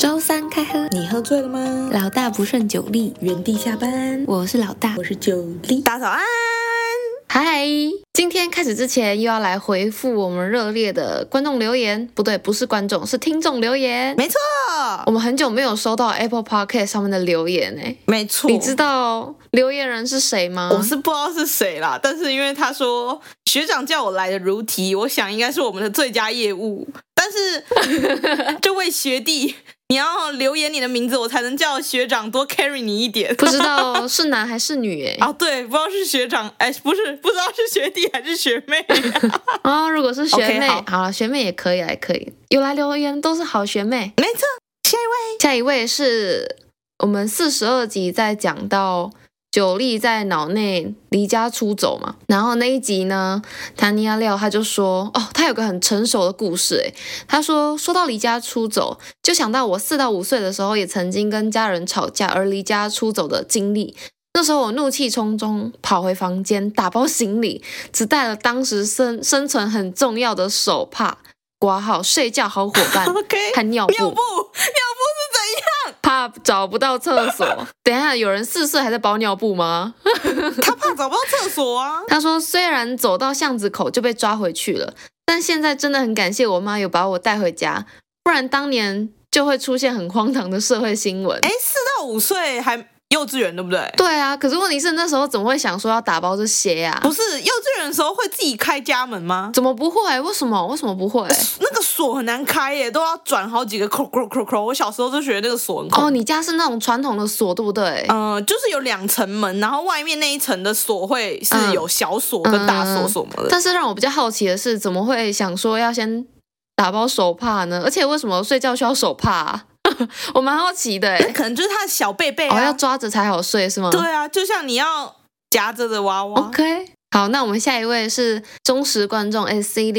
周三开喝， 你喝醉了吗？ 老大不顺酒力， 原地下班。 我是老大， 我是酒力。大家早安。 嗨，今天开始之前又要来回复我们热烈的观众留言，不对，不是观众，是听众留言。 没错， 我们很久没有收到 Apple Podcast 上面的留言诶。 没错， 你知道留言人是谁吗？ 我是不知道是谁啦，但是因为他说学长叫我来的如题，我想应该是我们的最佳业务。但是这位学弟，你要留言你的名字，我才能叫学长多 carry 你一点。 不知道是男还是女诶。 哦，对，不知道是学长，不是，不知道是学弟还是学妹。 哦，如果是学妹， Okay, 好了，学妹也可以，可以。有来留言都是好学妹。 没错， 下一位是我们42集在讲到九力在脑内离家出走嘛，然后那一集呢，谭尼亚廖他就说，他有个很成熟的故事诶，他说到离家出走，就想到我4到5岁的时候也曾经跟家人吵架而离家出走的经历。那时候我怒气冲冲跑回房间打包行李，只带了当时生存很重要的手帕、挂号睡觉好伙伴和尿布。 尿布是怎样？ 怕找不到厕所。等一下，有人4岁还在包尿布吗？ 他怕找不到厕所啊。 他说虽然走到巷子口就被抓回去了，但现在真的很感谢我妈有把我带回家，不然当年就会出现很荒唐的社会新闻。 4到5岁还幼稚园对不对？ 对啊，可是问题是那时候怎么会想说要打包这些啊？ 不是幼稚园的时候会自己开家门吗？ 怎么不会？为什么不会？ 那个锁很难开耶，都要转好几个扣。我小时候就觉得那个锁很恐怖。 你家是那种传统的锁对不对？ 就是有2层门，然后外面那一层的锁会是有小锁跟大锁什么的。 但是让我比较好奇的是，怎么会想说要先打包手帕呢？而且为什么睡觉需要手帕啊？我蛮好奇的可能就是他的小贝贝啊， 要抓着才好睡是吗？ 对啊，就像你要夹着的娃娃。 OK， 好，那我们下一位是忠实观众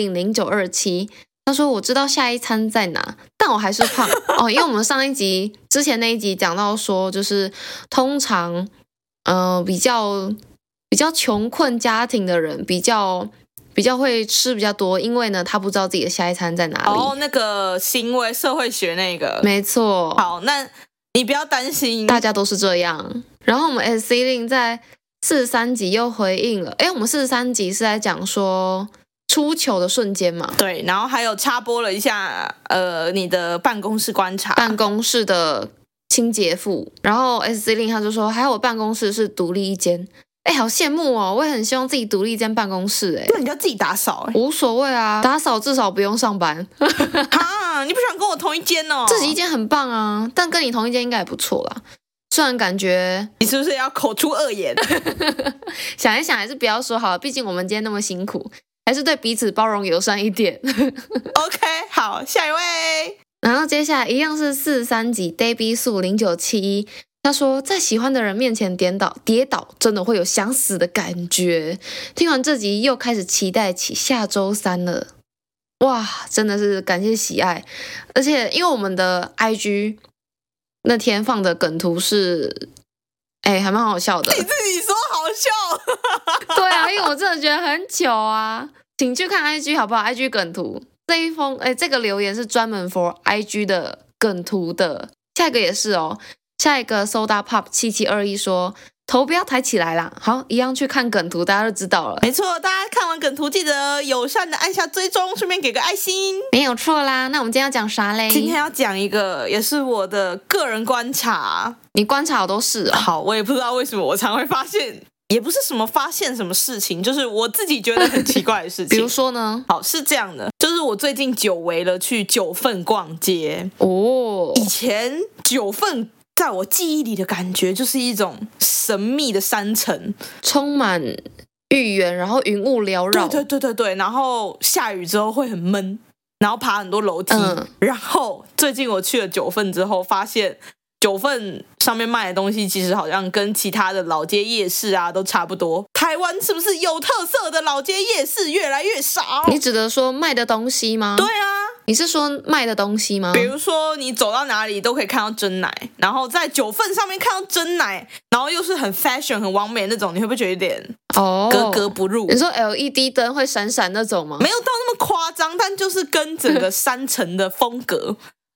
SC00927，他说我知道下一餐在哪，但我还是胖因为我们上一集之前那一集讲到说，就是通常比较穷困家庭的人比较会吃比较多，因为呢他不知道自己的下一餐在哪里。 那个行为社会学那个， 没错。 好，那你不要担心， 大家都是这样。然后我们 SC0 在43集又回应了，我们43集是在讲说出糗的瞬间嘛？ 对，然后还有插播了一下你的办公室观察， 办公室的清洁妇。然后 SC0 他就说，还好我办公室是独立一间。好羡慕哦！我也很希望自己独立一间办公室。 那你就自己打扫无所谓啊，打扫至少不用上班。 哈，你不想跟我同一间哦？ 自己一间很棒啊，但跟你同一间应该也不错啦。虽然感觉你是不是要口出恶言？ 想一想还是不要说好了，毕竟我们今天那么辛苦，还是对彼此包容友善一点。 OK， 好，下一位。 然后接下来一样是43集 Debbie 素0971。他说在喜欢的人面前跌倒真的会有想死的感觉。听完这集又开始期待起下周3了。哇，真的是感谢喜爱。而且因为我们的 IG 那天放的梗图是还蛮好笑的。 你自己说好笑。 对啊，因为我真的觉得很糗啊。请去看 IG 好不好？ IG 梗图这个留言是专门 for IG 的梗图的。下一个也是下一个 Soda Pop 7721说头不要抬起来啦。好，一样去看梗图，大家就知道了。 没错，大家看完梗图记得友善的按下追踪，顺便给个爱心。 没有错啦。那我们今天要讲啥嘞？ 今天要讲一个也是我的个人观察。 你观察都是好，我也不知道为什么我常会发现，也不是什么发现什么事情，就是我自己觉得很奇怪的事情。 比如说呢？ 好，是这样的，就是我最近久违了去九份逛街。以前九份在我记忆里的感觉就是一种神秘的山城， 充满芋圆，然后云雾缭绕。 对，然后下雨之后会很闷，然后爬很多楼梯。然后最近我去了九份之后，发现九份上面卖的东西其实好像跟其他的老街夜市啊都差不多。台湾是不是有特色的老街夜市越来越少？ 你指的说卖的东西吗？ 对啊。 你是说卖的东西吗？ 比如说你走到哪里都可以看到珍奶，然后在九份上面看到珍奶，然后又是很 fashion 很完美那种，你会不会觉得有点格格不入？ 你说 LED 灯会闪闪那种吗？ 没有到那么夸张，但就是跟整个山城的风格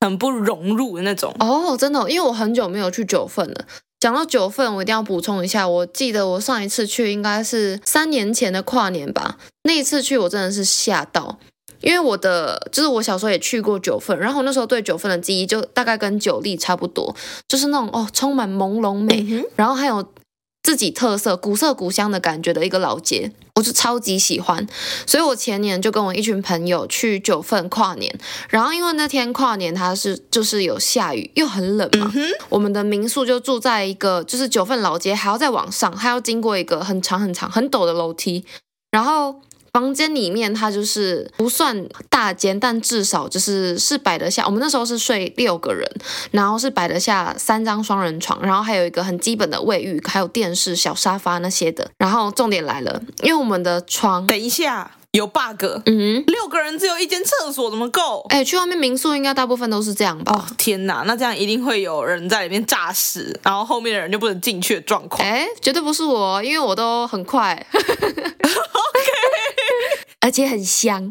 很不融入的那种。 哦，真的因为我很久没有去九份了。讲到九份，我一定要补充一下，我记得我上一次去应该是3年前的跨年吧，那一次去我真的是吓到，因为我小时候也去过九份，然后那时候对九份的记忆就大概跟九力差不多，就是那种充满朦胧美，然后还有自己特色古色古香的感觉的一个老街，我就超级喜欢。所以我前年就跟我一群朋友去九份跨年，然后因为那天跨年它就是有下雨又很冷嘛，我们的民宿就住在一个就是九份老街还要再往上，还要经过一个很长很长很陡的楼梯，然后房间里面它就是不算大间，但至少就是摆得下，我们那时候是睡6个人，然后是摆得下3张双人床，然后还有一个很基本的卫浴，还有电视、小沙发那些的。然后重点来了，因为我们的床， 等一下有 bug， 6个人只有一间厕所怎么够？ 去外面民宿应该大部分都是这样吧？ 哦天哪，那这样一定会有人在里面炸死，然后后面的人就不能进去的状况。 绝对不是我，因为我都很快。 OK， 而且很香。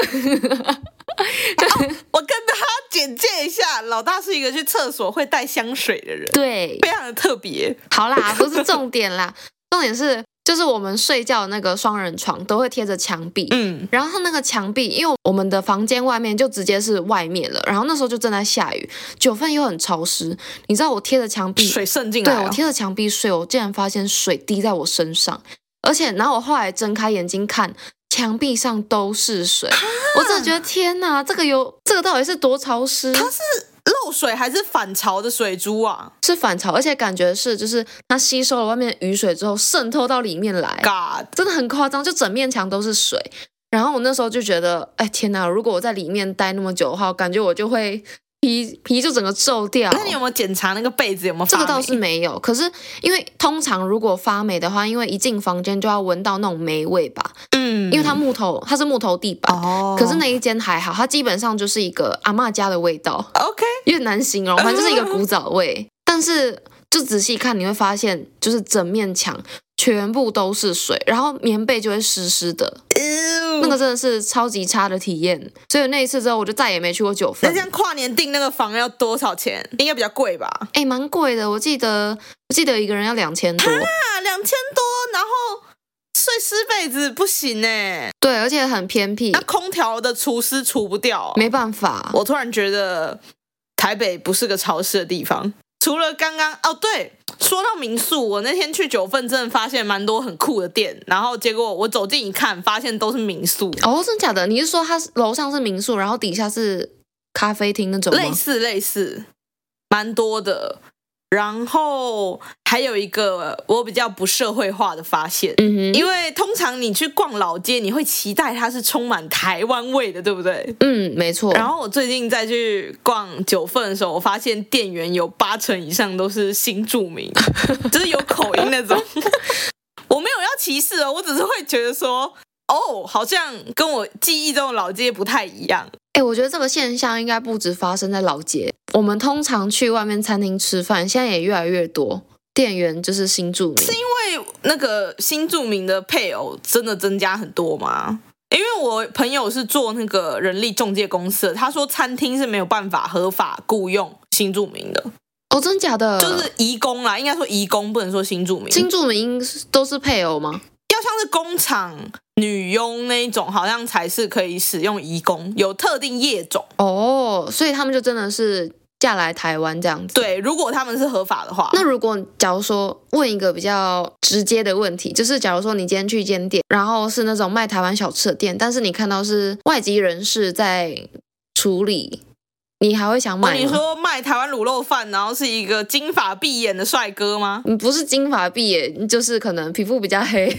我跟大家简介一下，老大是一个去厕所会带香水的人， 对， 非常的特别。 好啦，不是重点啦，重点是就是我们睡觉的那个双人床都会贴着墙壁，然后它那个墙壁，因为我们的房间外面就直接是外面了，然后那时候就正在下雨，九份又很潮湿，你知道我贴着墙壁水渗进来， 对，我贴着墙壁睡，我竟然发现水滴在我身上，而且然后我后来睁开眼睛看。墙壁上都是水，我真的觉得天哪，这个到底是多潮湿？ 它是漏水还是反潮的水珠啊？ 是反潮，而且感觉是就是它吸收了外面的雨水之后渗透到里面来 God， 真的很夸张，就整面墙都是水。然后我那时候就觉得，天哪，如果我在里面待那么久的话，感觉我就会皮就整个皱掉。 那你有没有检查那个被子有没有发霉？ 这个倒是没有，可是因为通常如果发霉的话，因为一进房间就要闻到那种霉味吧，因为它是木头地板，可是那一间还好，它基本上就是一个阿嬷家的味道 ，OK， 有点难形容，反正就是一个古早味，但是就仔细看你会发现，就是整面墙全部都是水，然后棉被就会湿湿的，那个真的是超级差的体验。所以那一次之后，我就再也没去过九份。 那这样跨年订那个房要多少钱？应该比较贵吧？ 蛮贵的，我记得一个人要2000多。 2000多，然后睡湿被子不行哎。 对，而且很偏僻。 那空调的除湿除不掉， 没办法。 我突然觉得台北不是个潮湿的地方。除了刚刚对，说到民宿，我那天去九份真的发现蛮多很酷的店，然后结果我走近一看，发现都是民宿。 真的假的？你是说它楼上是民宿，然后底下是咖啡厅那种吗？ 类似，蛮多的。然后还有一个我比较不社会化的发现，因为通常你去逛老街，你会期待它是充满台湾味的，对不对？ 没错。 然后我最近再去逛九份的时候，我发现店员有80%以上都是新住民，就是有口音那种。我没有要歧视哦，我只是会觉得说，好像跟我记忆中的老街不太一样。 我觉得这个现象应该不止发生在老街，我们通常去外面餐厅吃饭，现在也越来越多店员就是新住民。 是因为那个新住民的配偶真的增加很多吗？因为我朋友是做那个人力中介公司的，他说餐厅是没有办法合法雇佣新住民的。 真假的？ 就是移工啦，应该说移工，不能说新住民。 新住民都是配偶吗？ 要像是工厂女佣那一种，好像才是可以使用移工，有特定业种。 所以他们就真的是嫁来台湾这样子。 对，如果他们是合法的话。 那如果假如说问一个比较直接的问题，就是假如说你今天去一间店，然后是那种卖台湾小吃的店，但是你看到是外籍人士在处理，你还会想买吗？ 你说卖台湾卤肉饭，然后是一个金发碧眼的帅哥吗？ 不是金发碧眼，就是可能皮肤比较黑。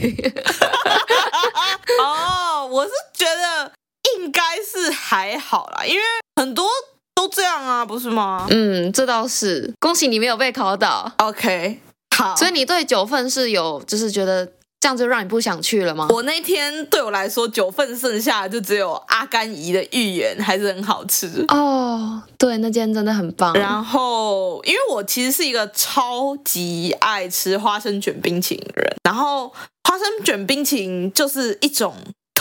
我是觉得应该是还好啦，因为很多都这样啊，不是吗？ 这倒是。恭喜你没有被考倒。 OK， 好。 所以你对九份是有就是觉得这样就让你不想去了吗？ 我那天对我来说，九份剩下就只有阿甘姨的芋圆还是很好吃。 对，那间真的很棒。 然后因为我其实是一个超级爱吃花生卷冰淇淋的人，然后花生卷冰淇淋就是一种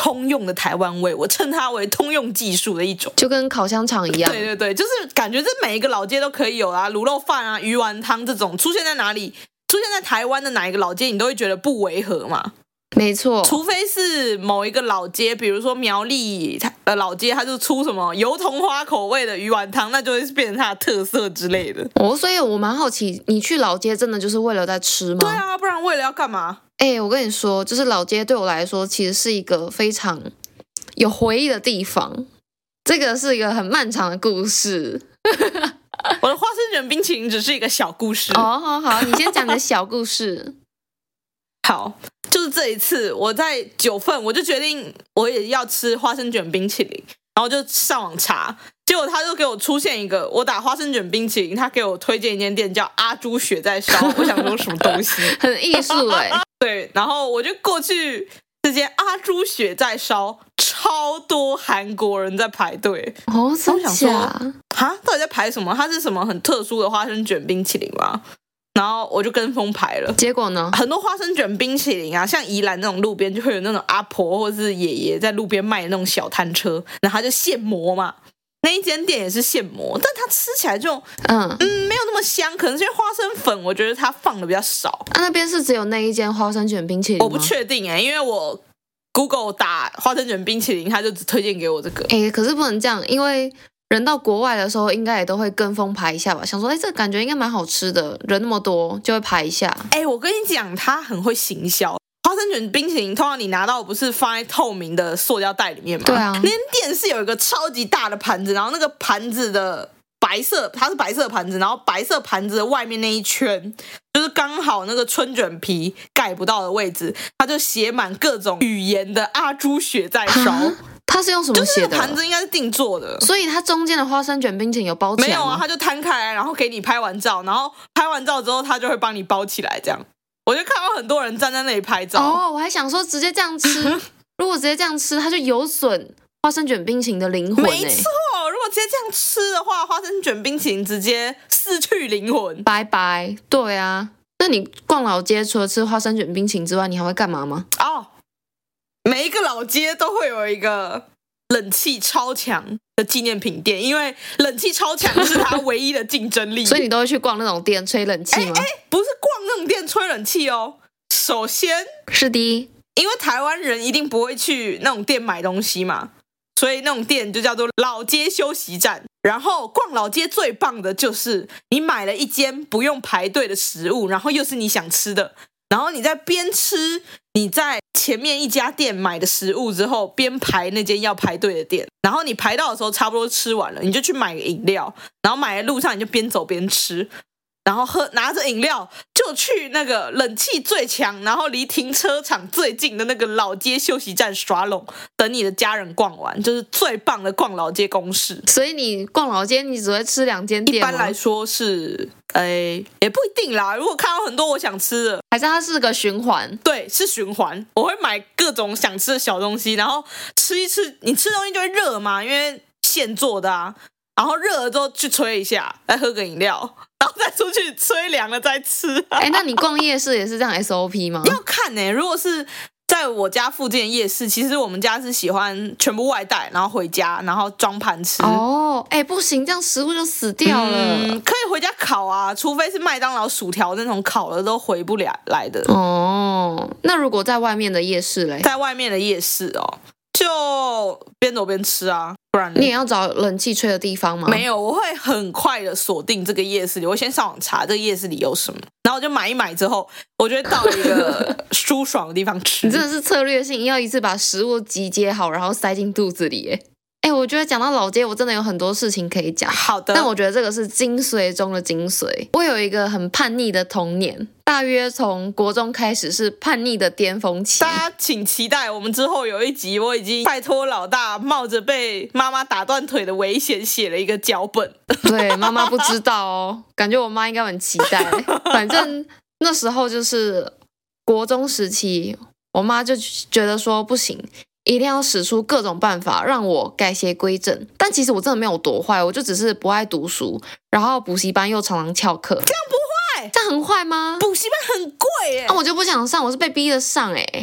通用的台湾味，我称它为通用技术的一种， 就跟烤香肠一样。 对对对，就是感觉这每一个老街都可以有啊，卤肉饭啊、鱼丸汤这种出现在哪里，出现在台湾的哪一个老街，你都会觉得不违和嘛。 没错， 除非是某一个老街，比如说苗栗老街，它就出什么油桐花口味的鱼丸汤，那就会变成它的特色之类的。 所以我蛮好奇，你去老街真的就是为了在吃吗？ 对啊，不然为了要干嘛？ 我跟你说，就是老街对我来说，其实是一个非常有回忆的地方。这个是一个很漫长的故事。 我的花生卷冰淇淋只是一个小故事。 好，你先讲你的小故事。 好，就是这一次我在9份，我就决定我也要吃花生卷冰淇淋，然后就上网查，结果他就给我出现一个，我打花生卷冰淇淋，他给我推荐一间店叫阿朱雪在烧，我想说什么东西， 很艺术对，然后我就过去这间阿朱雪在烧，超多韩国人在排队。 真假？ 到底在排什么？它是什么很特殊的花生卷冰淇淋吗？然后我就跟风排了， 结果呢？ 很多花生卷冰淇淋啊，像宜兰那种路边就会有那种阿婆或者是爷爷在路边卖的那种小摊车，然后他就现磨嘛。那一间店也是现磨，但它吃起来就没有那么香，可能是因为花生粉，我觉得它放的比较少。 那边是只有那一间花生卷冰淇淋吗？ 我不确定因为我 Google 打花生卷冰淇淋，他就只推荐给我这个。 可是不能这样，因为人到国外的时候，应该也都会跟风排一下吧？想说，这感觉应该蛮好吃的，人那么多，就会排一下。 我跟你讲，他很会行销。花生卷冰淇淋通常你拿到不是放在透明的塑胶袋里面吗？ 对啊， 那间店是有一个超级大的盘子，然后那个盘子的白色，它是白色盘子，然后白色盘子的外面那一圈，就是刚好那个春卷皮盖不到的位置，它就写满各种语言的阿朱雪在烧。 它是用什么写的？ 就是盘子应该是定做的， 所以它中间的花生卷冰淇淋有包起来吗？ 没有啊，它就摊开来，然后给你拍完照，然后拍完照之后，它就会帮你包起来，这样。我就看到很多人站在那里拍照。 我还想说直接这样吃，如果直接这样吃，它就有损花生卷冰淇淋的灵魂。 没错，如果直接这样吃的话，花生卷冰淇淋直接失去灵魂， 拜拜。对啊，那你逛老街除了吃花生卷冰淇淋之外，你还会干嘛吗？ 每一个老街都会有一个冷气超强的纪念品店，因为冷气超强是它唯一的竞争力。 所以你都会去逛那种店吹冷气吗？ 不是逛那种店吹冷气哦。首先是的， 因为台湾人一定不会去那种店买东西嘛，所以那种店就叫做老街休息站。然后逛老街最棒的就是你买了一间不用排队的食物，然后又是你想吃的，然后你在边吃你在前面一家店买的食物之后，边排那间要排队的店，然后你排到的时候差不多吃完了，你就去买个饮料，然后买的路上你就边走边吃，然后拿着饮料就去那个冷气最强，然后离停车场最近的那个老街休息站耍拢，等你的家人逛完，就是最棒的逛老街公式。 所以你逛老街，你只会吃2间店吗？ 一般来说是，也不一定啦。如果看到很多我想吃的， 还是它是个循环？ 对，是循环。我会买各种想吃的小东西，然后吃一吃。你吃东西就会热嘛，因为现做的啊。然后热了之后去吹一下，再喝个饮料，然后再出去吹凉了再吃。 那你逛夜市也是这样 SOP 吗？ 要看如果是在我家附近的夜市，其实我们家是喜欢全部外带，然后回家，然后装盘吃。 不行，这样食物就死掉了。 可以回家烤啊，除非是麦当劳薯条那种烤了都回不了来的。 那如果在外面的夜市嘞？ 在外面的夜市就边走边吃啊，不然你也要找冷气吹的地方吗？ 没有，我会很快的锁定这个夜市里，我先上网查这个夜市里有什么，然后我就买一买之后，我就会到一个舒爽的地方吃。 你真的是策略性，要一次把食物集结好，然后塞进肚子里耶。我觉得讲到老街，我真的有很多事情可以讲。 好的， 但我觉得这个是精髓中的精髓。我有一个很叛逆的童年，大约从国中开始是叛逆的巅峰期。 大家请期待我们之后有一集，我已经拜托老大冒着被妈妈打断腿的危险写了一个脚本。 对，妈妈不知道哦，感觉我妈应该很期待。反正那时候就是国中时期，我妈就觉得说不行，一定要使出各种办法让我改邪归正。但其实我真的没有多坏，我就只是不爱读书，然后补习班又常常翘课。 这样不坏？ 这样很坏吗？ 补习班很贵耶。 我就不想上，我是被逼着上。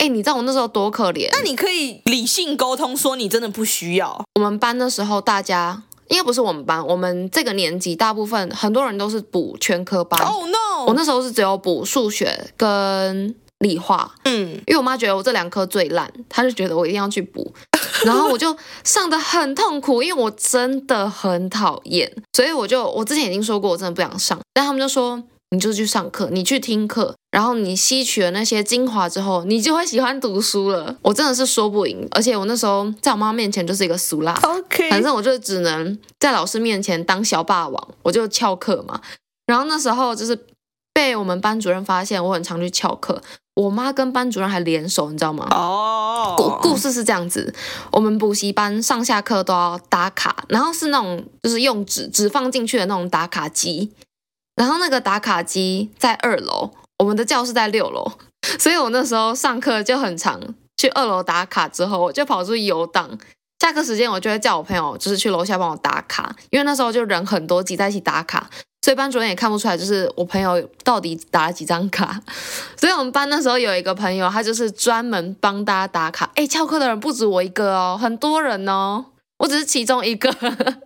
你知道我那时候多可怜？ 那你可以理性沟通说你真的不需要。 我们班的时候大家应该不是我们班，我们这个年级大部分很多人都是补全科班。 Oh no！ 我那时候是只有补数学跟理化，因为我妈觉得我这2科最烂，她就觉得我一定要去补，然后我就上得很痛苦，因为我真的很讨厌，所以我之前已经说过我真的不想上，但他们就说你就去上课，你去听课，然后你吸取了那些精华之后，你就会喜欢读书了。我真的是说不赢，而且我那时候在我妈面前就是一个俗辣 ，OK， 反正我就只能在老师面前当小霸王，我就翘课嘛。然后那时候就是被我们班主任发现我很常去翘课，我妈跟班主任还联手，你知道吗？故事是这样子，我们补习班上下课都要打卡，然后是那种就是用纸放进去的那种打卡机，然后那个打卡机在2楼，我们的教室在6楼，所以我那时候上课就很常去2楼打卡，之后我就跑出去游荡。下课时间我就会叫我朋友就是去楼下帮我打卡，因为那时候就人很多挤在一起打卡，所以班主任也看不出来就是我朋友到底打了几张卡。所以我们班那时候有一个朋友，他就是专门帮大家打卡。翘课的人不止我一个哦，很多人哦，我只是其中一个。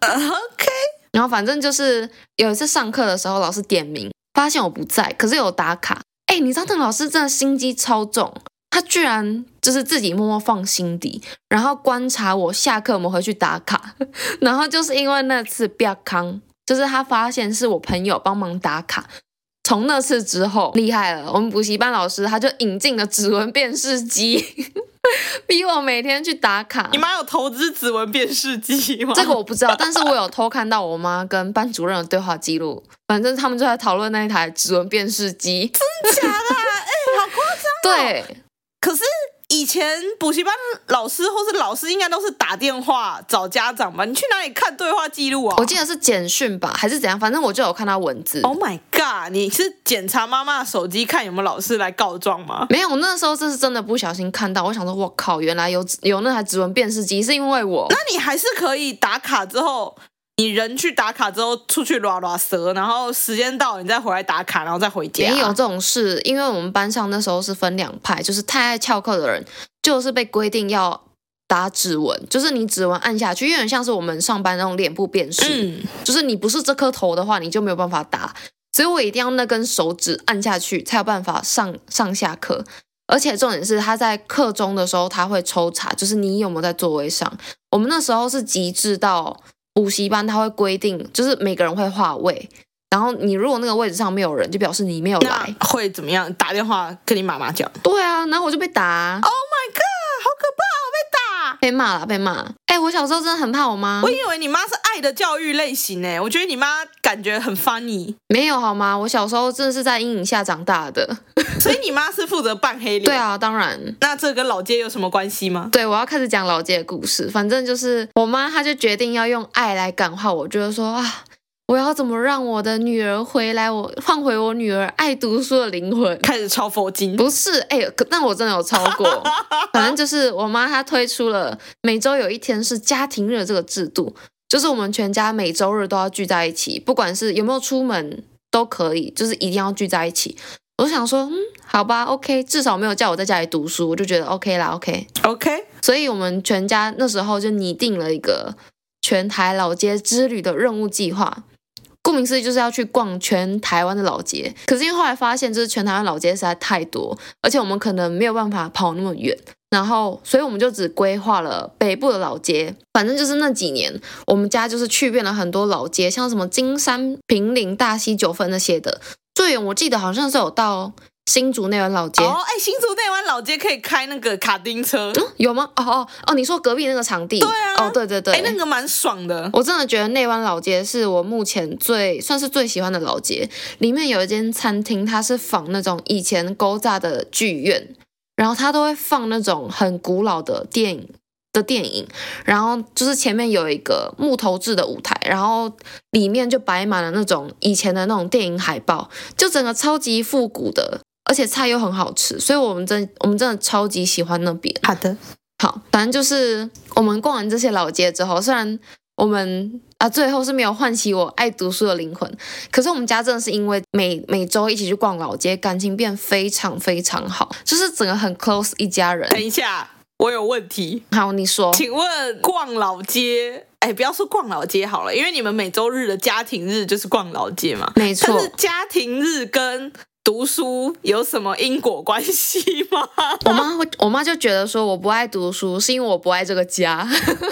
OK。 然后反正就是有一次上课的时候，老师点名发现我不在，可是有打卡。你知道那个老师真的心机超重，他居然就是自己默默放心底，然后观察我下课我们回去打卡。然后就是因为那次不要康，就是他发现是我朋友帮忙打卡，从那次之后厉害了，我们补习班老师他就引进了指纹辨识机，逼我每天去打卡。 你妈有投资指纹辨识机吗？ 这个我不知道，但是我有偷看到我妈跟班主任的对话记录，反正他们就在讨论那一台指纹辨识机。 真假的？好夸张哦。 对， 可是以前补习班老师或是老师应该都是打电话找家长吧？你去哪里看对话记录啊？ 我记得是简讯吧，还是怎样？反正我就有看到文字。 Oh my god！ 你是检查妈妈的手机看有没有老师来告状吗？ 没有，我那时候这是真的不小心看到，我想说，我靠，原来有那台指纹辨识机，是因为我。 那你还是可以打卡之后，你人去打卡之后出去拉拉蛇，然后时间到你再回来打卡，然后再回家。 没有这种事，因为我们班上那时候是分2派，就是太爱翘课的人，就是被规定要打指纹，就是你指纹按下去，有点像是我们上班那种脸部辨识，就是你不是这颗头的话，你就没有办法打，所以我一定要那根手指按下去才有办法上下课。而且重点是他在课中的时候他会抽查，就是你有没有在座位上。我们那时候是极致到补习班他会规定，就是每个人会划位，然后你如果那个位置上没有人，就表示你没有来。 那会怎么样？打电话跟你妈妈讲。 对啊，然后我就被打。 Oh my god， 好可怕，我被打， 被骂了，被骂。我小时候真的很怕我妈。 我以为你妈是爱的教育类型诶，我觉得你妈感觉很 funny。 没有好吗？我小时候真的是在阴影下长大的。 所以你妈是负责扮黑脸？ 对啊，当然。 那这跟老街有什么关系吗？ 对，我要开始讲老街的故事。反正就是我妈，她就决定要用爱来感化我，就是说啊，我要怎么让我的女儿回来，我换回我女儿爱读书的灵魂。 开始抄佛经？ 不是，但我真的有抄过。反正就是我妈她推出了每周有一天是家庭日的这个制度，就是我们全家每周日都要聚在一起，不管是有没有出门都可以，就是一定要聚在一起。我就想说，好吧 ，OK， 至少没有叫我在家里读书，我就觉得 OK 啦 ，OK。所以我们全家那时候就拟定了一个全台老街之旅的任务计划。顾名思义就是要去逛全台湾的老街，可是因为后来发现就是全台湾老街实在太多，而且我们可能没有办法跑那么远，然后所以我们就只规划了北部的老街。反正就是那几年我们家就是去遍了很多老街，像什么金山、坪林、大溪、九份那些的，最远我记得好像是有到新竹内湾老街。 新竹内湾老街可以开那个卡丁车。 有吗？你说隔壁那个场地？ 对啊。 对。 那个蛮爽的。 我真的觉得内湾老街是我目前算是最喜欢的老街。里面有一间餐厅，它是仿那种以前勾炸的剧院，然后它都会放那种很古老的电影，然后就是前面有一个木头制的舞台，然后里面就摆满了那种以前的那种电影海报，就整个超级复古的，而且菜又很好吃，所以我们真的超级喜欢那边。 好的， 好，反正就是我们逛完这些老街之后，虽然我们最后是没有唤起我爱读书的灵魂。可是我们家真的是因为每周一起去逛老街，感情变非常非常好，就是整个很 close 一家人。 等一下，我有问题。 好，你说。 请问逛老街，不要说逛老街好了，因为你们每周日的家庭日就是逛老街嘛。 没错。 但是家庭日跟读书有什么因果关系吗？ 我妈就觉得说我不爱读书是因为我不爱这个家。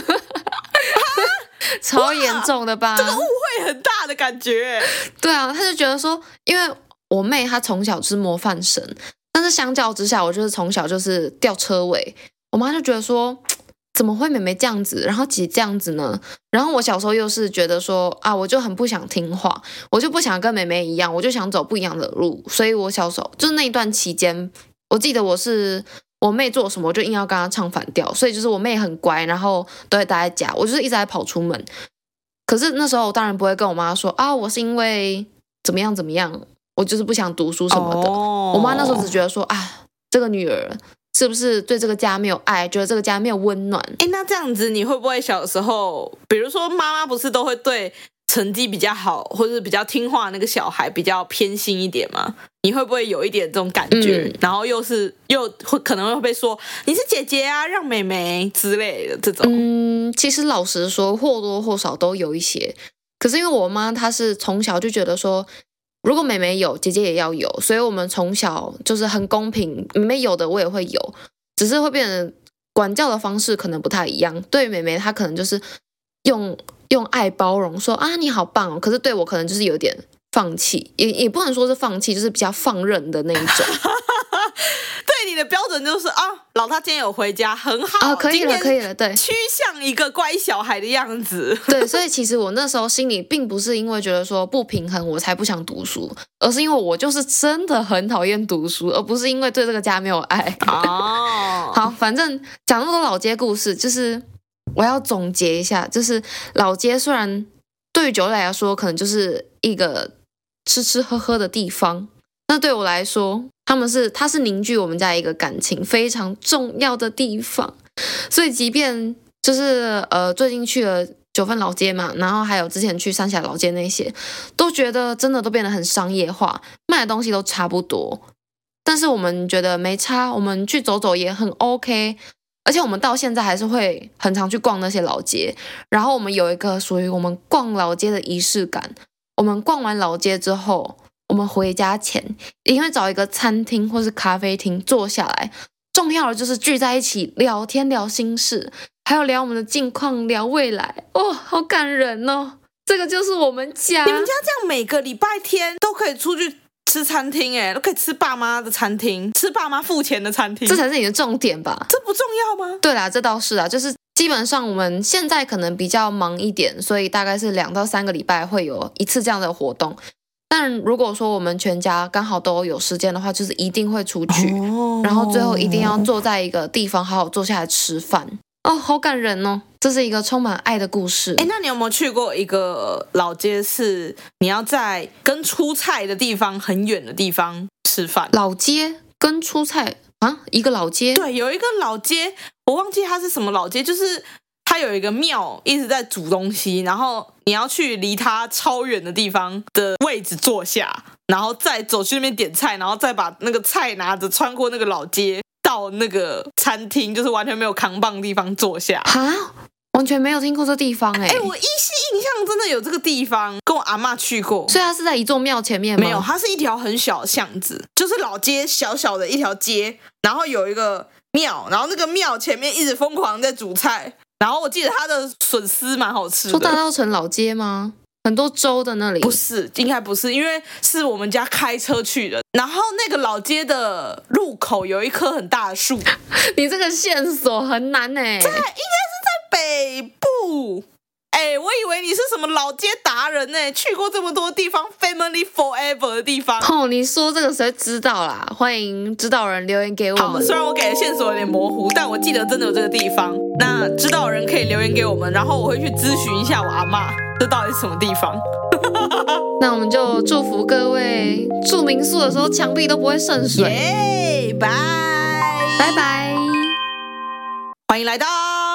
超严重的吧？ 这个误会很大的感觉。 对啊，她就觉得说，因为我妹她从小就是模范生，但是相较之下，我就是从小就是吊车尾。我妈就觉得说，怎么会妹妹这样子，然后姐这样子呢？然后我小时候又是觉得说我就很不想听话，我就不想跟妹妹一样，我就想走不一样的路。所以我小时候就是那一段期间，我记得我妹做什么，我就硬要跟她唱反调，所以就是我妹很乖，然后都会待在家，我就是一直在跑出门。可是那时候我当然不会跟我妈说我是因为怎么样怎么样，我就是不想读书什么的。我妈那时候只觉得说这个女儿是不是对这个家没有爱，觉得这个家没有温暖。 那这样子你会不会小时候，比如说妈妈不是都会对成绩比较好或者比较听话那个小孩比较偏心一点吗？你会不会有一点这种感觉？然后又会可能会被说你是姐姐啊，让妹妹之类的这种。 其实老实说或多或少都有一些。可是因为我妈她是从小就觉得说，如果妹妹有，姐姐也要有，所以我们从小就是很公平，妹妹有的我也会有，只是会变成管教的方式可能不太一样。对妹妹她可能就是用爱包容，说你好棒哦，可是对我可能就是有点放弃，也不能说是放弃，就是比较放任的那一种。 对你的标准就是老他今天有回家，很好可以了，对， 趋向一个乖小孩的样子。 对，所以其实我那时候心里并不是因为觉得说不平衡我才不想读书，而是因为我就是真的很讨厌读书，而不是因为对这个家没有爱。好，反正讲那么多老街故事，就是我要总结一下，就是老街虽然对于九类来说可能就是一个吃吃喝喝的地方，那对我来说它是凝聚我们家一个感情非常重要的地方。所以即便就是最近去了九份老街嘛，然后还有之前去三峡老街那些，都觉得真的都变得很商业化，卖的东西都差不多，但是我们觉得没差，我们去走走也很 OK。而且我们到现在还是会很常去逛那些老街，然后我们有一个属于我们逛老街的仪式感。我们逛完老街之后，我们回家前一定会找一个餐厅或是咖啡厅坐下来，重要的就是聚在一起聊天聊心事，还有聊我们的近况，聊未来。好感人哦，这个就是我们家。 你们家这样每个礼拜天都可以出去吃餐厅，都可以吃爸妈的餐厅，吃爸妈付钱的餐厅， 这才是你的重点吧？ 这不重要吗？ 对啦，这倒是啊，就是基本上我们现在可能比较忙一点，所以大概是2到3个礼拜会有一次这样的活动。但如果说我们全家刚好都有时间的话，就是一定会出去，然后最后一定要坐在一个地方好好坐下来吃饭。好感人哦，这是一个充满爱的故事。 那你有没有去过一个老街，是你要在跟出菜的地方很远的地方吃饭？ 老街跟出菜一个老街？ 对，有一个老街，我忘记它是什么老街，就是它有一个庙一直在煮东西，然后你要去离它超远的地方的位置坐下，然后再走去那边点菜，然后再把那个菜拿着穿过那个老街到那个餐厅，就是完全没有扛棒的地方坐下。 完全没有听过这地方。我依稀印象真的有这个地方，跟我阿嬷去过。 所以它是在一座庙前面吗？ 没有，它是一条很小的巷子，就是老街小小的一条街，然后有一个庙，然后那个庙前面一直疯狂在煮菜，然后我记得它的笋丝蛮好吃的。 说大稻埕老街吗？很多粥的那里？ 不是，应该不是，因为是我们家开车去的。然后那个老街的入口有一棵很大的树。 你这个线索很难应该是在北部。我以为你是什么老街达人呢，去过这么多地方 ，Family Forever 的地方。 你说这个谁知道啦？欢迎知道人留言给我们。 好，虽然我给的线索有点模糊，但我记得真的有这个地方。那知道人可以留言给我们，然后我会去咨询一下我阿嬷，这到底是什么地方。 那我们就祝福各位住民宿的时候墙壁都不会渗水。 拜拜拜， 欢迎来到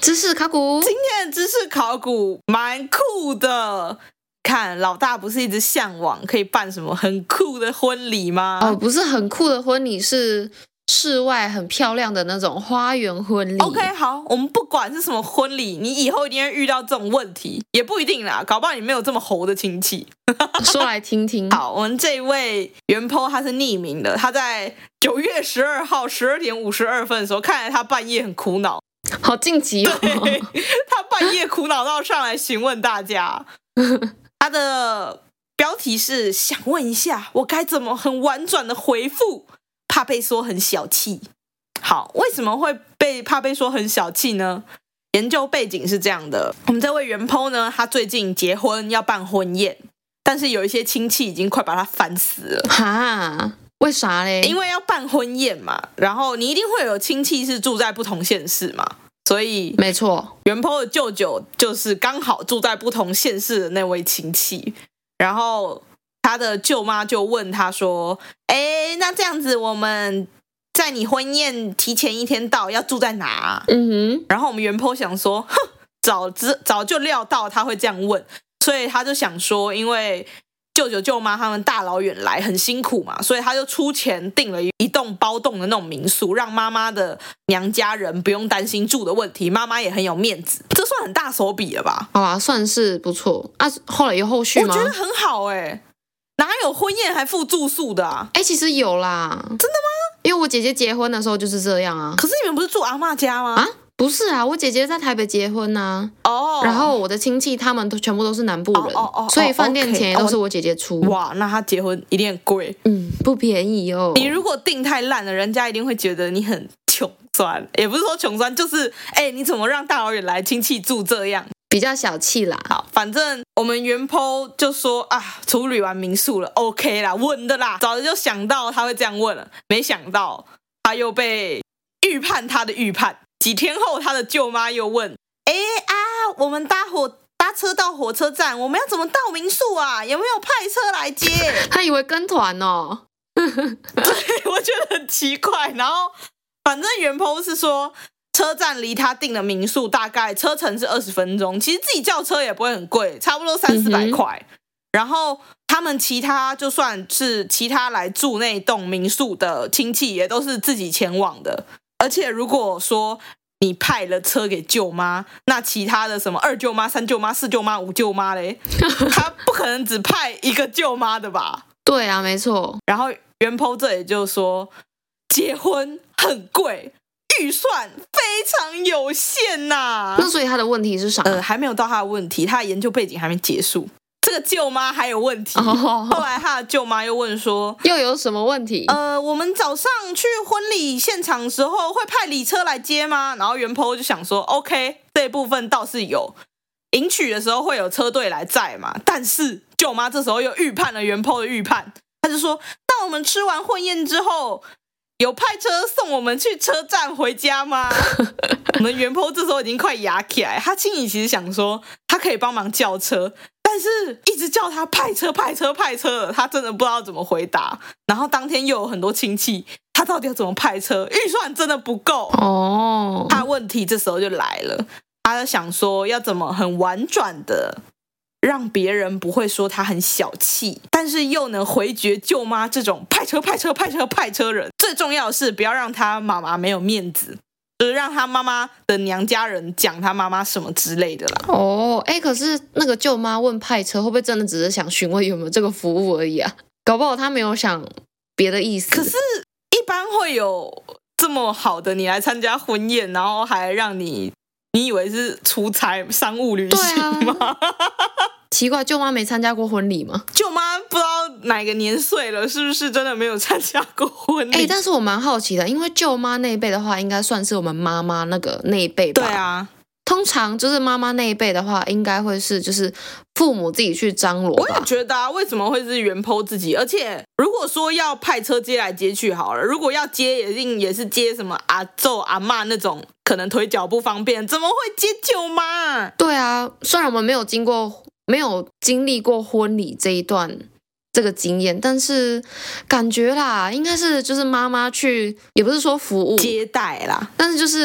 知识考古， 今天的知识考古蛮酷的。看老大不是一直向往可以办什么很酷的婚礼吗？ 哦，不是很酷的婚礼，是室外很漂亮的那种花园婚礼。 OK， 好，我们不管是什么婚礼，你以后一定会遇到这种问题，也不一定啦，搞不好你没有这么猴的亲戚。 说来听听。 好，我们这一位原 po 他是匿名的，他在9月12号12点52分的时候，看来他半夜很苦恼， 好晋级哦。 他半夜苦恼到上来询问大家。他的标题是想问一下，我该怎么很婉转的回复，怕被说很小气。好，为什么会怕被说很小气呢？研究背景是这样的，我们这位原 po 呢，他最近结婚要办婚宴，但是有一些亲戚已经快把他烦死了。 哈，为啥嘞？ 因为要办婚宴嘛，然后你一定会有亲戚是住在不同县市嘛，所以没错， 原 po 的舅舅就是刚好住在不同县市的那位亲戚，然后他的舅妈就问他说：“哎，那这样子我们在你婚宴提前1天到，要住在哪？”然后我们原 po 想说，哼，早就料到他会这样问，所以他就想说，因为舅舅舅妈他们大老远来很辛苦嘛，所以他就出钱订了一栋包栋的那种民宿，让妈妈的娘家人不用担心住的问题，妈妈也很有面子，这算很大手笔了吧？ 好啦，算是不错啊。后来有后续吗？ 我觉得很好欸，哪有婚宴还附住宿的啊？ 其实有啦。真的吗？因为我姐姐结婚的时候就是这样啊。 可是你们不是住阿嬷家吗？ 啊，不是啊，我姐姐在台北结婚啊。然后我的亲戚他们全部都是南部人，所以饭店钱也都是我姐姐出。 哇，那她结婚一定很贵。 不便宜哦。 你如果订太烂了，人家一定会觉得你很穷酸，也不是说穷酸，就是你怎么让大老远来亲戚住这样， 比较小气啦。 好，反正我们原 po 就说啊，处理完民宿了 ，OK 啦，稳的啦，早就想到他会这样问了，没想到他又被预判他的预判。几天后，他的舅妈又问：“我们搭车到火车站，我们要怎么到民宿啊？有没有派车来接？” 他以为跟团哦。 对，我觉得很奇怪。然后，反正原 po 是说，车站离他订的民宿大概车程是20分钟，其实自己叫车也不会很贵，差不多300-400块。然后他们就算是其他来住那栋民宿的亲戚，也都是自己前往的。而且如果说你派了车给舅妈，那其他的什么2舅妈、3舅妈、4舅妈、5舅妈嘞，他不可能只派一个舅妈的吧？ 对啊，没错。 然后原 po 这里就说，结婚很贵，预算非常有限呐。 那所以他的问题是啥？ 还没有到他的问题，他的研究背景还没结束。这个舅妈还有问题。后来他的舅妈又问说， 又有什么问题？ 我们早上去婚礼现场的时候会派礼车来接吗？然后原 po 就想说 OK， 这一部分倒是有，迎娶的时候会有车队来载嘛。但是舅妈这时候又预判了原 po 的预判，他就说，那我们吃完婚宴之后有派车送我们去车站回家吗？我们原 po 这时候已经快牙起来，他心里其实想说他可以帮忙叫车，但是一直叫他派车了，他真的不知道怎么回答。然后当天又有很多亲戚，他到底要怎么派车？预算真的不够哦。他问题这时候就来了，他就想说要怎么很婉转的让别人不会说他很小气，但是又能回绝舅妈这种派车人。最重要的是不要让他妈妈没有面子，就是让他妈妈的娘家人讲他妈妈什么之类的啦。 可是那个舅妈问派车，会不会真的只是想询问有没有这个服务而已啊？搞不好他没有想别的意思。 可是一般会有这么好的你来参加婚宴，然后还让你以为是出差商务旅行吗？ 奇怪，舅妈没参加过婚礼吗？ 舅妈不知道哪个年岁了，是不是真的没有参加过婚礼？ 但是我蛮好奇的，因为舅妈那一辈的话，应该算是我们妈妈那一辈吧？ 对啊， 通常就是妈妈那一辈的话，应该会是就是父母自己去张罗吧。 我也觉得啊，为什么会是原 po 自己？而且如果说要派车接来接去好了，如果要接，一定也是接什么阿祖阿嬷那种，可能腿脚不方便，怎么会接舅妈？ 对啊，虽然我们没有经历过婚礼这个经验，但是感觉啦，应该是就是妈妈去，也不是说服务接待啦， 但是就是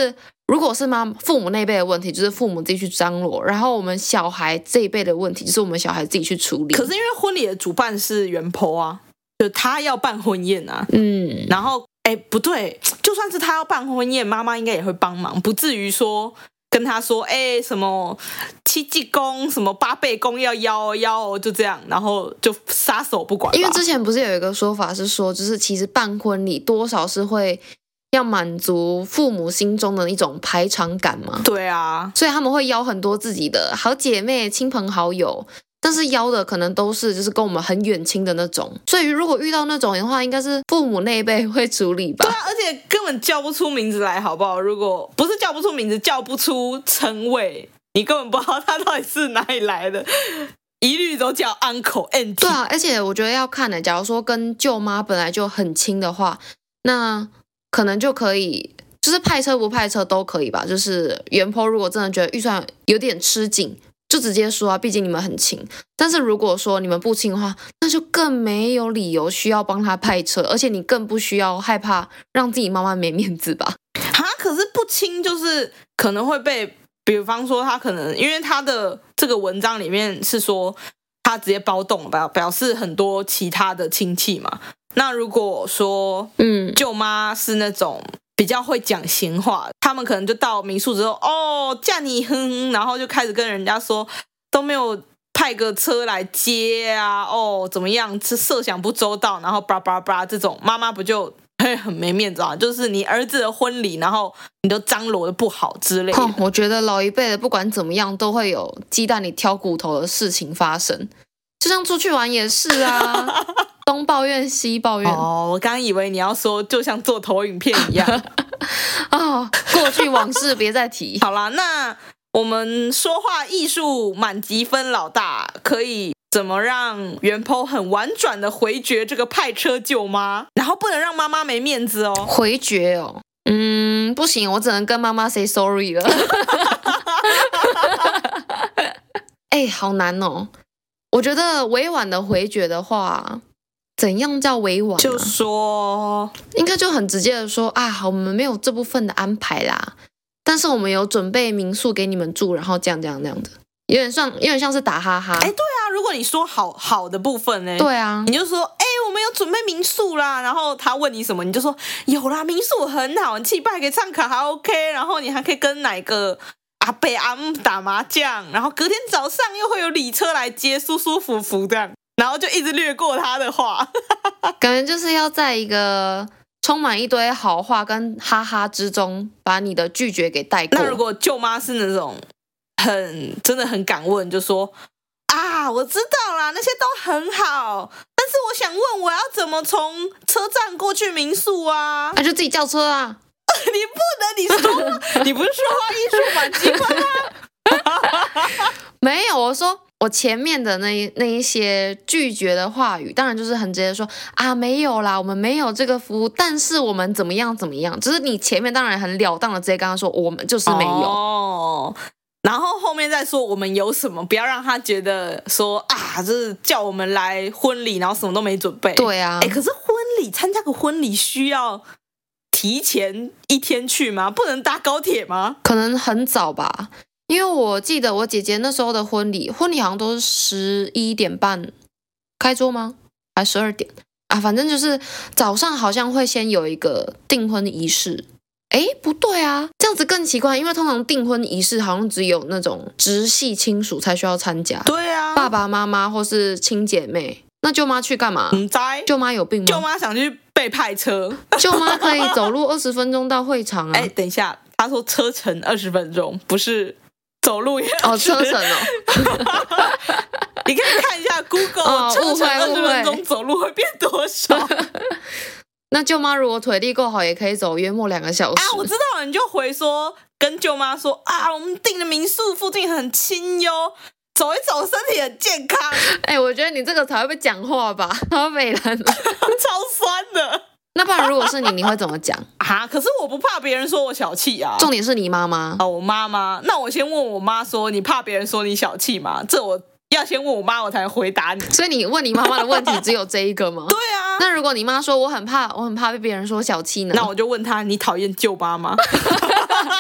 如果是父母那一辈的问题，就是父母自己去张罗，然后我们小孩这一辈的问题，就是我们小孩自己去处理。 可是因为婚礼的主办是原 po 啊，就他要办婚宴啊，然后不对，就算是他要办婚宴，妈妈应该也会帮忙，不至于说跟他说什么七济公什么八倍公要邀哦，就这样，然后就撒手不管吧。 因为之前不是有一个说法是说，就是其实办婚礼多少是会要满足父母心中的一种排场感嘛。 对啊， 所以他们会邀很多自己的好姐妹、亲朋好友，但是邀的可能都是就是跟我们很远亲的那种。所以如果遇到那种的话，应该是父母那一辈会处理吧。 对啊，而且根本叫不出名字来，好不好？如果不是叫不出名字，叫不出称谓，你根本不知道他到底是哪里来的，一律都叫 uncle auntie。 对啊，而且我觉得要看的，假如说跟舅妈本来就很亲的话，那可能就可以就是派车不派车都可以吧。就是原 po 如果真的觉得预算有点吃紧，就直接说啊，毕竟你们很亲。但是如果说你们不亲的话，那就更没有理由需要帮他派车，而且你更不需要害怕让自己妈妈没面子吧。 可是不亲就是可能会被，比方说他可能因为他的这个文章里面是说他直接包动了，表示很多其他的亲戚嘛。那如果说舅妈是那种比较会讲闲话，他们可能就到民宿之后，叫你哼，然后就开始跟人家说都没有派个车来接啊，怎么样，设想不周到，然后叭叭叭，这种妈妈不就会很没面子啊？就是你儿子的婚礼，然后你都张罗的不好之类的。 我觉得老一辈的不管怎么样都会有鸡蛋里挑骨头的事情发生，就像出去玩也是啊。东抱怨西抱怨。 我刚以为你要说就像做投影片一样。 过去往事别再提。 好啦，那我们说话艺术满级分老大可以怎么让原 po 很婉转的回绝这个派车舅妈，然后不能让妈妈没面子哦。 回绝哦，不行，我只能跟妈妈 say sorry 了。好难哦。我觉得委婉的回绝的话，怎样叫委婉就说应该就很直接的说我们没有这部分的安排啦，但是我们有准备民宿给你们住，然后这样那样的，有点像是打哈哈。 对啊，如果你说好的部分呢？ 对啊， 你就说我们有准备民宿啦，然后他问你什么，你就说有啦，民宿很好，你气派可以唱卡拉 OK， 然后你还可以跟哪个阿伯阿姆打麻将，然后隔天早上又会有礼车来接，舒舒服服这样，然后就一直略过他的话。 感觉就是要在一个充满一堆好话跟哈哈之中把你的拒绝给带过。 那如果舅妈是那种真的很敢问，就说我知道啦，那些都很好，但是我想问我要怎么从车站过去民宿啊？ 就自己叫车啊。 你不能，你不是说话艺术满级分吗？ 没有，我说我前面的那一些拒绝的话语，当然就是很直接说没有啦，我们没有这个服务，但是我们怎么样，只是你前面当然很了当的直接跟他说我们就是没有。 然后后面再说我们有什么，不要让他觉得说就是叫我们来婚礼，然后什么都没准备。 对啊， 可是参加个婚礼需要提前1天去吗？不能搭高铁吗？ 可能很早吧，因为我记得我姐姐那时候的婚礼好像都是11点半开桌吗？还是12点反正就是早上好像会先有一个订婚仪式。不对啊，这样子更奇怪，因为通常订婚仪式好像只有那种直系亲属才需要参加。 对啊， 爸爸妈妈或是亲姐妹。那舅妈去干嘛？舅妈有病吗？ 舅妈想去被派车。 舅妈可以走路20分钟到会场啊。 等一下，他说车程20分钟，不是走路也车程你可以看一下 Google 车程20分钟走路会变多少。 那舅妈如果腿力够好，也可以走约莫2个小时。 我知道了，你就回说跟舅妈说我们订的民宿附近很清幽，走一走身体很健康。 我觉得你这个才会被讲话吧，超北蓝的， 超酸的。 那不然如果是你会怎么讲可是我不怕别人说我小气啊。 重点是你妈妈我妈妈。那我先问我妈说，你怕别人说你小气吗？这我要先问我妈，我才能回答你。 所以你问你妈妈的问题只有这一个吗？ 对啊。 那如果你妈说我很怕被别人说小气呢？ 那我就问她，你讨厌舅妈吗？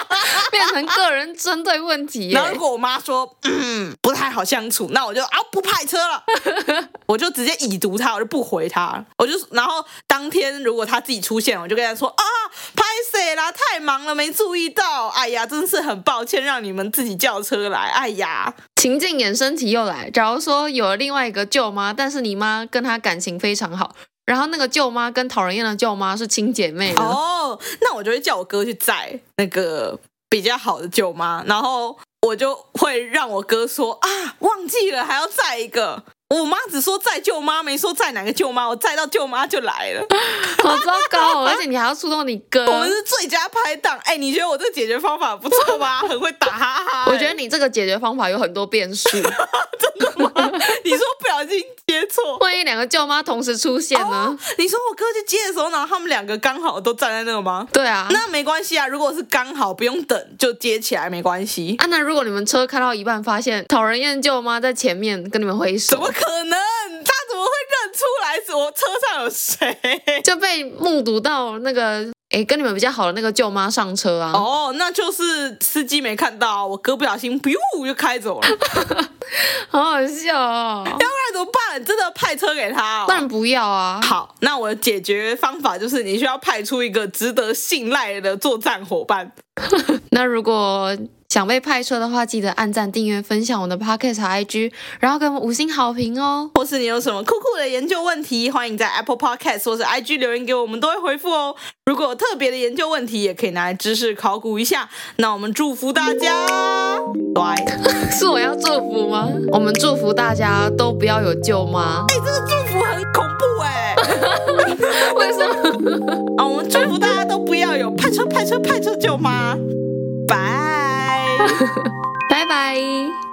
变成个人针对问题耶。 然后如果我妈说不太好相处，那我就不派车了，我就直接已读她，我就不回她，然后当天如果她自己出现，我就跟她说拍谁啦，太忙了没注意到，哎呀，真是很抱歉让你们自己叫车来，哎呀。 情境衍生题又来，假如说有了另外一个舅妈，但是你妈跟她感情非常好，然后那个舅妈跟讨人厌的舅妈是亲姐妹呢？ 那我就会叫我哥去载那个比较好的舅妈，然后我就会让我哥说忘记了还要载一个。我妈只说载舅妈，没说载哪个舅妈，我载到舅妈就来了， 好糟糕而且你还要触动你哥。 我们是最佳拍档。你觉得我这个解决方法不错吧？很会打哈哈。 我觉得你这个解决方法有很多变数。 真的吗？你说不小心接错， 万一两个舅妈同时出现呢？ 你说我哥去接的时候，然后他们两个刚好都站在那个吗？ 对啊， 那没关系啊，如果是刚好不用等就接起来没关系。 那如果你们车开到一半，发现讨人厌舅妈在前面跟你们挥手， 怎么可能？他怎么会认出来我车上有谁？ 就被目睹到那个跟你们比较好的那个舅妈上车啊。 那就是司机没看到，我哥不小心就开走了。 好好笑哦。 要不然怎么办？真的派车给他当然不要啊。 好，那我的解决方法就是你需要派出一个值得信赖的作战伙伴。 那如果想被派车的话，记得按赞、订阅、分享我的 Podcast 和 IG， 然后给我们5星好评哦。 或是你有什么酷酷的研究问题，欢迎在 Apple Podcast 或是 IG 留言给我们，都会回复哦。如果有特别的研究问题，也可以拿来知识考古一下。那我们祝福大家，对， 是我要祝福吗？我们祝福大家都不要有舅妈。 这个祝福很恐怖为什么？ 我们祝福大家都不要有派车舅妈。拜拜拜。